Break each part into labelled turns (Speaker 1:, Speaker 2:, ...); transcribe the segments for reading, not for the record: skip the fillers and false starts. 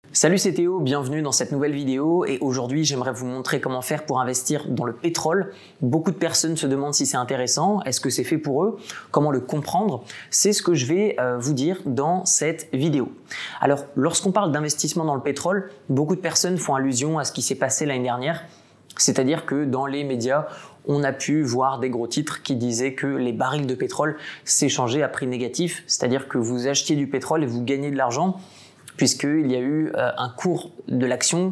Speaker 1: Salut, c'est Théo, bienvenue dans cette nouvelle vidéo et aujourd'hui j'aimerais vous montrer comment faire pour investir dans le pétrole. Beaucoup de personnes se demandent si c'est intéressant, est-ce que c'est fait pour eux, comment le comprendre. C'est ce que je vais vous dire dans cette vidéo. Alors lorsqu'on parle d'investissement dans le pétrole, beaucoup de personnes font allusion à ce qui s'est passé l'année dernière, c'est-à-dire que dans les médias, on a pu voir des gros titres qui disaient que les barils de pétrole s'échangeaient à prix négatif, c'est-à-dire que vous achetiez du pétrole et vous gagnez de l'argent, puisqu'il y a eu un cours de l'action,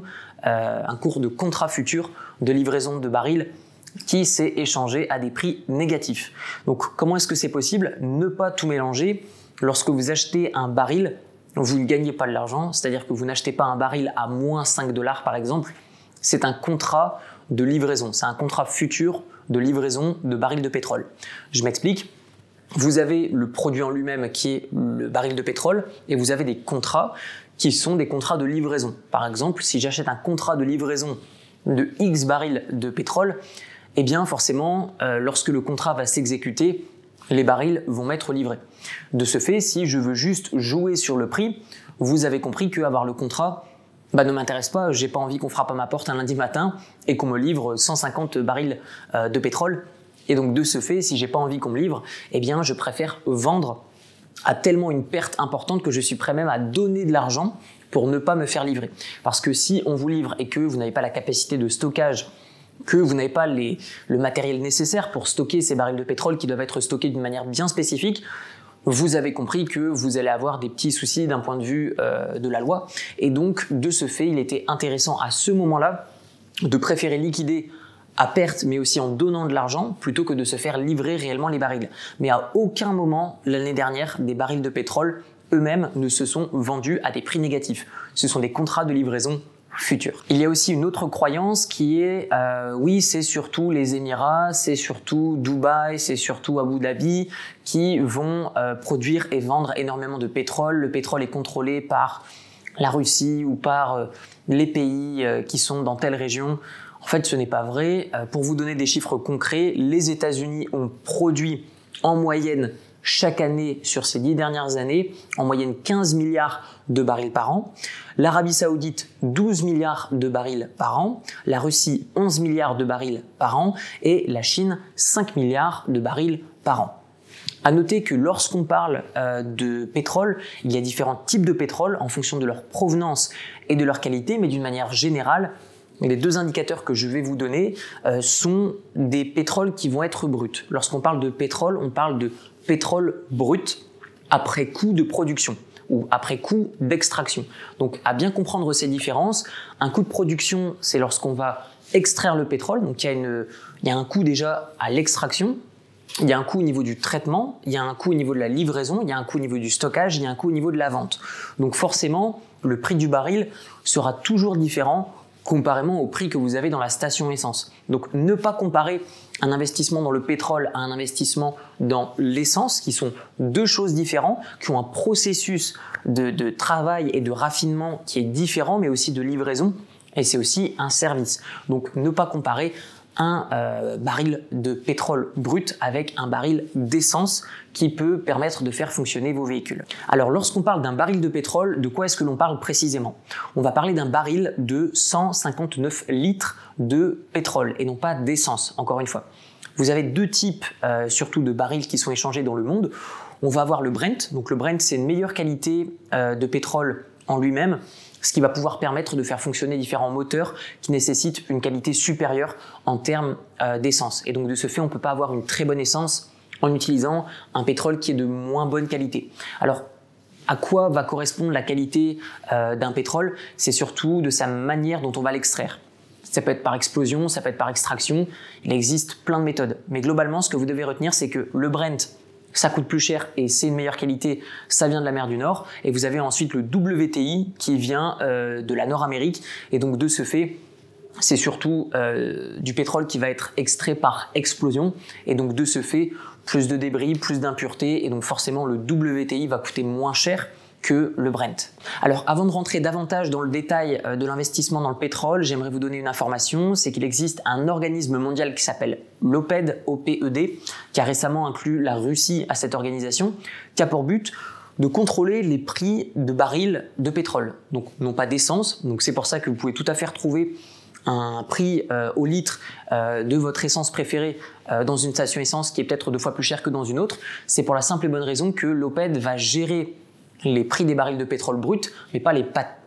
Speaker 1: un cours de contrat futur de livraison de barils qui s'est échangé à des prix négatifs. Donc comment est-ce que c'est possible? Ne pas tout mélanger. Lorsque vous achetez un baril, vous ne gagnez pas de l'argent, c'est-à-dire que vous n'achetez pas un baril à moins 5 $ par exemple, c'est un contrat de livraison, c'est un contrat futur de livraison de barils de pétrole. Je m'explique. Vous avez le produit en lui-même qui est le baril de pétrole et vous avez des contrats qui sont des contrats de livraison. Par exemple, si j'achète un contrat de livraison de X barils de pétrole, eh bien forcément, lorsque le contrat va s'exécuter, les barils vont m'être livrés. De ce fait, si je veux juste jouer sur le prix, vous avez compris qu'avoir le contrat ne m'intéresse pas, j'ai pas envie qu'on frappe à ma porte un lundi matin et qu'on me livre 150 barils de pétrole. Et donc de ce fait, si j'ai pas envie qu'on me livre, eh bien je préfère vendre à tellement une perte importante que je suis prêt même à donner de l'argent pour ne pas me faire livrer. Parce que si on vous livre et que vous n'avez pas la capacité de stockage, que vous n'avez pas le matériel nécessaire pour stocker ces barils de pétrole qui doivent être stockés d'une manière bien spécifique, vous avez compris que vous allez avoir des petits soucis d'un point de vue de la loi. Et donc de ce fait, il était intéressant à ce moment-là de préférer liquider à perte, mais aussi en donnant de l'argent, plutôt que de se faire livrer réellement les barils. Mais à aucun moment, l'année dernière, des barils de pétrole eux-mêmes ne se sont vendus à des prix négatifs. Ce sont des contrats de livraison futurs. Il y a aussi une autre croyance qui est, oui, c'est surtout les Émirats, c'est surtout Dubaï, c'est surtout Abu Dhabi qui vont produire et vendre énormément de pétrole. Le pétrole est contrôlé par la Russie ou par les pays qui sont dans telle région. En fait, ce n'est pas vrai. Pour vous donner des chiffres concrets, les États-Unis ont produit en moyenne chaque année sur ces 10 dernières années, en moyenne 15 milliards de barils par an. L'Arabie Saoudite, 12 milliards de barils par an. La Russie, 11 milliards de barils par an. Et la Chine, 5 milliards de barils par an. À noter que lorsqu'on parle de pétrole, il y a différents types de pétrole en fonction de leur provenance et de leur qualité, mais d'une manière générale, les deux indicateurs que je vais vous donner sont des pétroles qui vont être bruts. Lorsqu'on parle de pétrole, on parle de pétrole brut après coût de production ou après coût d'extraction. Donc à bien comprendre ces différences, un coût de production, c'est lorsqu'on va extraire le pétrole, donc il y a un coût déjà à l'extraction, il y a un coût au niveau du traitement, il y a un coût au niveau de la livraison, il y a un coût au niveau du stockage, il y a un coût au niveau de la vente. Donc forcément, le prix du baril sera toujours différent comparément au prix que vous avez dans la station essence. Donc ne pas comparer un investissement dans le pétrole à un investissement dans l'essence, qui sont deux choses différentes, qui ont un processus de travail et de raffinement qui est différent, mais aussi de livraison, et c'est aussi un service. Donc ne pas comparer un baril de pétrole brut avec un baril d'essence qui peut permettre de faire fonctionner vos véhicules. Alors lorsqu'on parle d'un baril de pétrole, de quoi est-ce que l'on parle précisément? On va parler d'un baril de 159 litres de pétrole et non pas d'essence, encore une fois. Vous avez deux types surtout de barils qui sont échangés dans le monde. On va avoir le Brent, donc le Brent c'est une meilleure qualité de pétrole en lui-même, ce qui va pouvoir permettre de faire fonctionner différents moteurs qui nécessitent une qualité supérieure en termes d'essence. Et donc de ce fait, on ne peut pas avoir une très bonne essence en utilisant un pétrole qui est de moins bonne qualité. Alors, à quoi va correspondre la qualité d'un pétrole? C'est surtout de sa manière dont on va l'extraire. Ça peut être par explosion, ça peut être par extraction, il existe plein de méthodes. Mais globalement, ce que vous devez retenir, c'est que le Brent, ça coûte plus cher et c'est une meilleure qualité, ça vient de la mer du Nord. Et vous avez ensuite le WTI qui vient de la Nord-Amérique. Et donc de ce fait, c'est surtout du pétrole qui va être extrait par explosion. Et donc de ce fait, plus de débris, plus d'impuretés. Et donc forcément, le WTI va coûter moins cher que le Brent. Alors avant de rentrer davantage dans le détail de l'investissement dans le pétrole, j'aimerais vous donner une information, c'est qu'il existe un organisme mondial qui s'appelle l'OPED, OPED, qui a récemment inclus la Russie à cette organisation, qui a pour but de contrôler les prix de barils de pétrole, donc non pas d'essence. Donc c'est pour ça que vous pouvez tout à fait retrouver un prix au litre de votre essence préférée dans une station essence qui est peut-être 2 fois plus cher que dans une autre. C'est pour la simple et bonne raison que l'OPED va gérer les prix des barils de pétrole brut, mais pas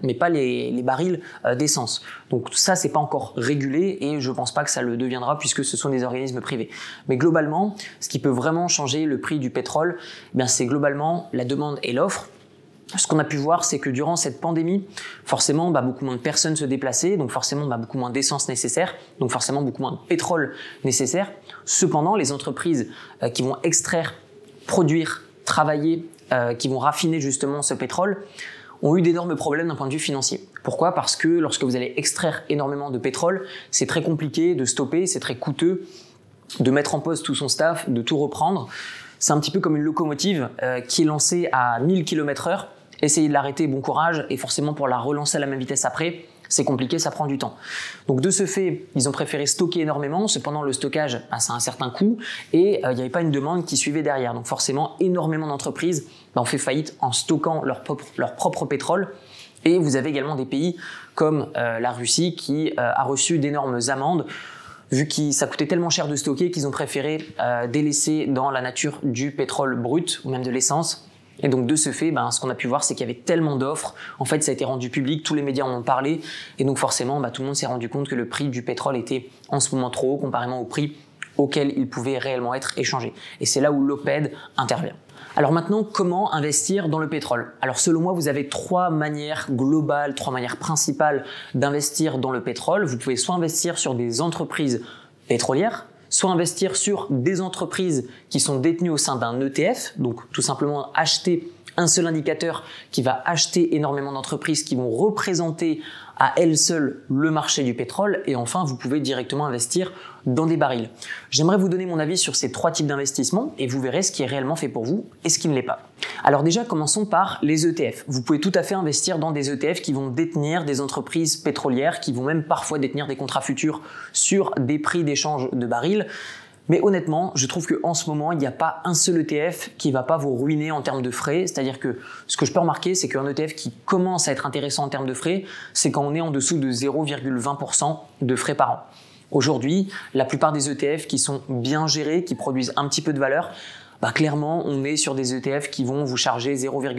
Speaker 1: les barils d'essence. Donc ça, c'est pas encore régulé et je pense pas que ça le deviendra puisque ce sont des organismes privés. Mais globalement, ce qui peut vraiment changer le prix du pétrole, c'est globalement la demande et l'offre. Ce qu'on a pu voir, c'est que durant cette pandémie, forcément, beaucoup moins de personnes se déplaçaient, donc forcément, beaucoup moins d'essence nécessaire, donc forcément beaucoup moins de pétrole nécessaire. Cependant, les entreprises qui vont extraire, produire, travailler, qui vont raffiner justement ce pétrole, ont eu d'énormes problèmes d'un point de vue financier. Pourquoi ? Parce que lorsque vous allez extraire énormément de pétrole, c'est très compliqué de stopper, c'est très coûteux de mettre en pause tout son staff, de tout reprendre. C'est un petit peu comme une locomotive qui est lancée à 1000 km/h. Essayez de l'arrêter, bon courage, et forcément pour la relancer à la même vitesse après, c'est compliqué, ça prend du temps. Donc de ce fait, ils ont préféré stocker énormément, cependant le stockage, ça a un certain coût, et il n'y avait pas une demande qui suivait derrière. Donc forcément, énormément d'entreprises ont fait faillite en stockant leur propre pétrole. Et vous avez également des pays comme la Russie qui a reçu d'énormes amendes, vu que ça coûtait tellement cher de stocker qu'ils ont préféré délaisser dans la nature du pétrole brut, ou même de l'essence. Et donc de ce fait, ce qu'on a pu voir, c'est qu'il y avait tellement d'offres. En fait, ça a été rendu public, tous les médias en ont parlé. Et donc forcément, tout le monde s'est rendu compte que le prix du pétrole était en ce moment trop haut comparément au prix auquel il pouvait réellement être échangé. Et c'est là où l'OPED intervient. Alors maintenant, comment investir dans le pétrole ? Alors selon moi, vous avez 3 manières globales, 3 manières principales d'investir dans le pétrole. Vous pouvez soit investir sur des entreprises pétrolières, soit investir sur des entreprises qui sont détenues au sein d'un ETF, donc tout simplement acheter un seul indicateur qui va acheter énormément d'entreprises qui vont représenter à elles seules le marché du pétrole. Et enfin, vous pouvez directement investir dans des barils. J'aimerais vous donner mon avis sur ces 3 types d'investissements et vous verrez ce qui est réellement fait pour vous et ce qui ne l'est pas. Alors déjà, commençons par les ETF. Vous pouvez tout à fait investir dans des ETF qui vont détenir des entreprises pétrolières, qui vont même parfois détenir des contrats futurs sur des prix d'échange de barils. Mais honnêtement, je trouve qu'en ce moment, il n'y a pas un seul ETF qui ne va pas vous ruiner en termes de frais. C'est-à-dire que ce que je peux remarquer, c'est qu'un ETF qui commence à être intéressant en termes de frais, c'est quand on est en dessous de 0,20% de frais par an. Aujourd'hui, la plupart des ETF qui sont bien gérés, qui produisent un petit peu de valeur, clairement, on est sur des ETF qui vont vous charger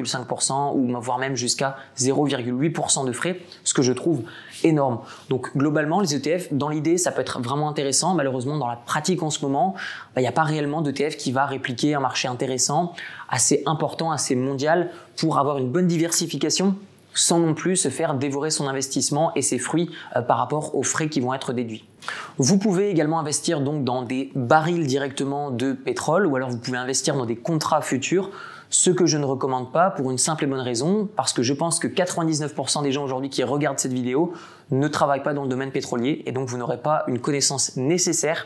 Speaker 1: 0,5% ou voire même jusqu'à 0,8% de frais, ce que je trouve énorme. Donc globalement, les ETF, dans l'idée, ça peut être vraiment intéressant. Malheureusement, dans la pratique en ce moment, il n'y a pas réellement d'ETF qui va répliquer un marché intéressant, assez important, assez mondial, pour avoir une bonne diversification sans non plus se faire dévorer son investissement et ses fruits par rapport aux frais qui vont être déduits. Vous pouvez également investir donc dans des barils directement de pétrole ou alors vous pouvez investir dans des contrats futurs, ce que je ne recommande pas pour une simple et bonne raison, parce que je pense que 99% des gens aujourd'hui qui regardent cette vidéo ne travaillent pas dans le domaine pétrolier et donc vous n'aurez pas une connaissance nécessaire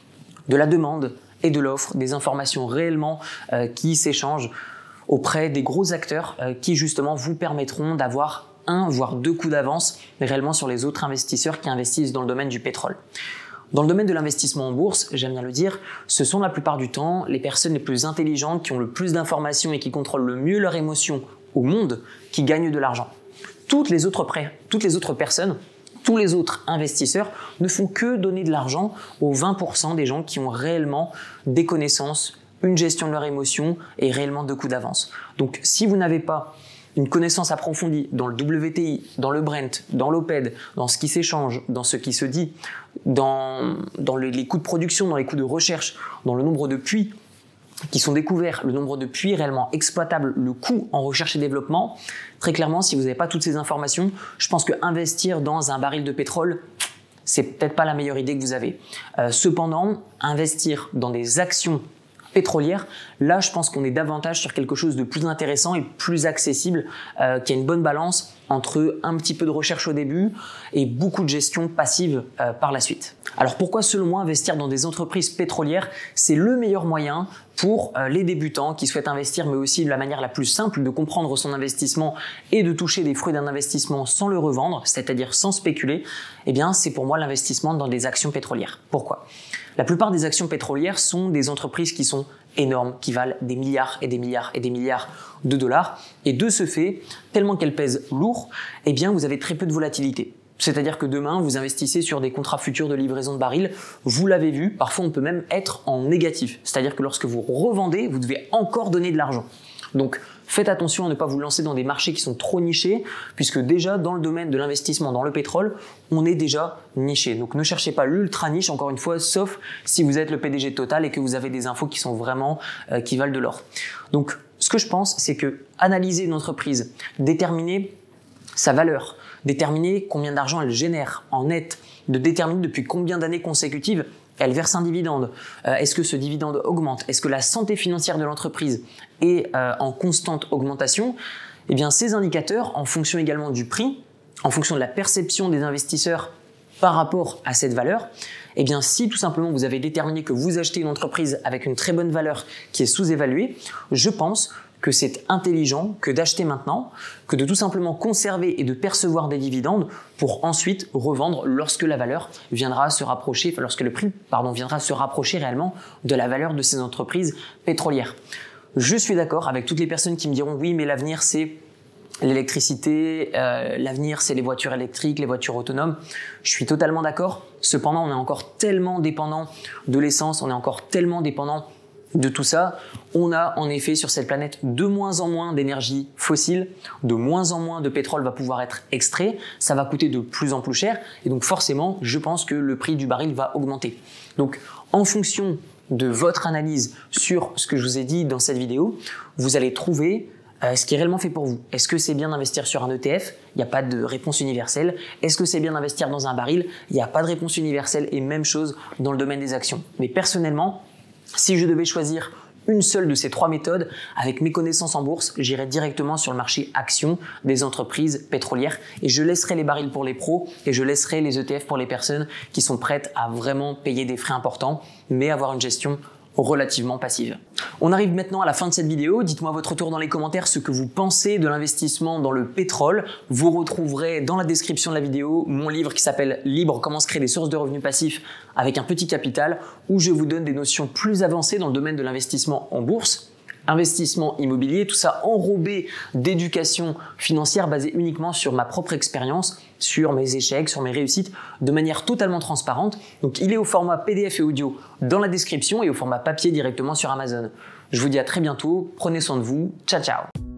Speaker 1: de la demande et de l'offre, des informations réellement qui s'échangent auprès des gros acteurs qui justement vous permettront d'avoir un voire 2 coups d'avance réellement sur les autres investisseurs qui investissent dans le domaine du pétrole. Dans le domaine de l'investissement en bourse, j'aime bien le dire, ce sont la plupart du temps les personnes les plus intelligentes qui ont le plus d'informations et qui contrôlent le mieux leurs émotions au monde qui gagnent de l'argent. Toutes les autres personnes, tous les autres investisseurs ne font que donner de l'argent aux 20% des gens qui ont réellement des connaissances, une gestion de leurs émotions et réellement 2 coups d'avance. Donc si vous n'avez pas une connaissance approfondie dans le WTI, dans le Brent, dans l'OPED, dans ce qui s'échange, dans ce qui se dit, dans les coûts de production, dans les coûts de recherche, dans le nombre de puits qui sont découverts, le nombre de puits réellement exploitables, le coût en recherche et développement, très clairement, si vous n'avez pas toutes ces informations, je pense que investir dans un baril de pétrole, c'est peut-être pas la meilleure idée que vous avez. Cependant, investir dans des actions pétrolière, là je pense qu'on est davantage sur quelque chose de plus intéressant et plus accessible, qui a une bonne balance entre un petit peu de recherche au début et beaucoup de gestion passive par la suite. Alors pourquoi selon moi investir dans des entreprises pétrolières, c'est le meilleur moyen pour les débutants qui souhaitent investir, mais aussi de la manière la plus simple de comprendre son investissement et de toucher des fruits d'un investissement sans le revendre, c'est-à-dire sans spéculer, eh bien c'est pour moi l'investissement dans des actions pétrolières. Pourquoi ? La plupart des actions pétrolières sont des entreprises qui sont énormes qui valent des milliards et des milliards et des milliards de dollars. Et de ce fait, tellement qu'elles pèsent lourd, eh bien, vous avez très peu de volatilité. C'est-à-dire que demain, vous investissez sur des contrats futurs de livraison de barils. Vous l'avez vu, parfois on peut même être en négatif. C'est-à-dire que lorsque vous revendez, vous devez encore donner de l'argent. Donc, faites attention à ne pas vous lancer dans des marchés qui sont trop nichés, puisque déjà, dans le domaine de l'investissement dans le pétrole, on est déjà niché. Donc, ne cherchez pas l'ultra niche, encore une fois, sauf si vous êtes le PDG de Total et que vous avez des infos qui sont vraiment, qui valent de l'or. Donc, ce que je pense, c'est que analyser une entreprise, déterminer sa valeur, déterminer combien d'argent elle génère en net, de déterminer depuis combien d'années consécutives elle verse un dividende. Est-ce que ce dividende augmente? Est-ce que la santé financière de l'entreprise est en constante augmentation? Eh bien, ces indicateurs, en fonction également du prix, en fonction de la perception des investisseurs par rapport à cette valeur, eh bien, si tout simplement vous avez déterminé que vous achetez une entreprise avec une très bonne valeur qui est sous-évaluée, je pense que c'est intelligent que d'acheter maintenant, que de tout simplement conserver et de percevoir des dividendes pour ensuite revendre lorsque la valeur viendra se rapprocher, lorsque le prix, viendra se rapprocher réellement de la valeur de ces entreprises pétrolières. Je suis d'accord avec toutes les personnes qui me diront oui, mais l'avenir c'est l'électricité, l'avenir c'est les voitures électriques, les voitures autonomes. Je suis totalement d'accord. Cependant, on est encore tellement dépendant de l'essence, on est encore tellement dépendant de tout ça. On a en effet sur cette planète de moins en moins d'énergie fossile, de moins en moins de pétrole va pouvoir être extrait, ça va coûter de plus en plus cher et donc forcément je pense que le prix du baril va augmenter. Donc en fonction de votre analyse sur ce que je vous ai dit dans cette vidéo, vous allez trouver ce qui est réellement fait pour vous. Est-ce que c'est bien d'investir sur un ETF? Il n'y a pas de réponse universelle. Est-ce que c'est bien d'investir dans un baril? Il n'y a pas de réponse universelle et même chose dans le domaine des actions. Mais personnellement, si je devais choisir une seule de ces trois méthodes, avec mes connaissances en bourse, j'irais directement sur le marché actions des entreprises pétrolières et je laisserai les barils pour les pros et je laisserai les ETF pour les personnes qui sont prêtes à vraiment payer des frais importants, mais avoir une gestion relativement passive. On arrive maintenant à la fin de cette vidéo. Dites-moi votre retour dans les commentaires ce que vous pensez de l'investissement dans le pétrole. Vous retrouverez dans la description de la vidéo mon livre qui s'appelle Libre, comment se créer des sources de revenus passifs avec un petit capital, où je vous donne des notions plus avancées dans le domaine de l'investissement en bourse, investissement immobilier, tout ça enrobé d'éducation financière basée uniquement sur ma propre expérience, sur mes échecs, sur mes réussites, de manière totalement transparente. Donc il est au format PDF et audio dans la description et au format papier directement sur Amazon. Je vous dis à très bientôt, prenez soin de vous, ciao ciao.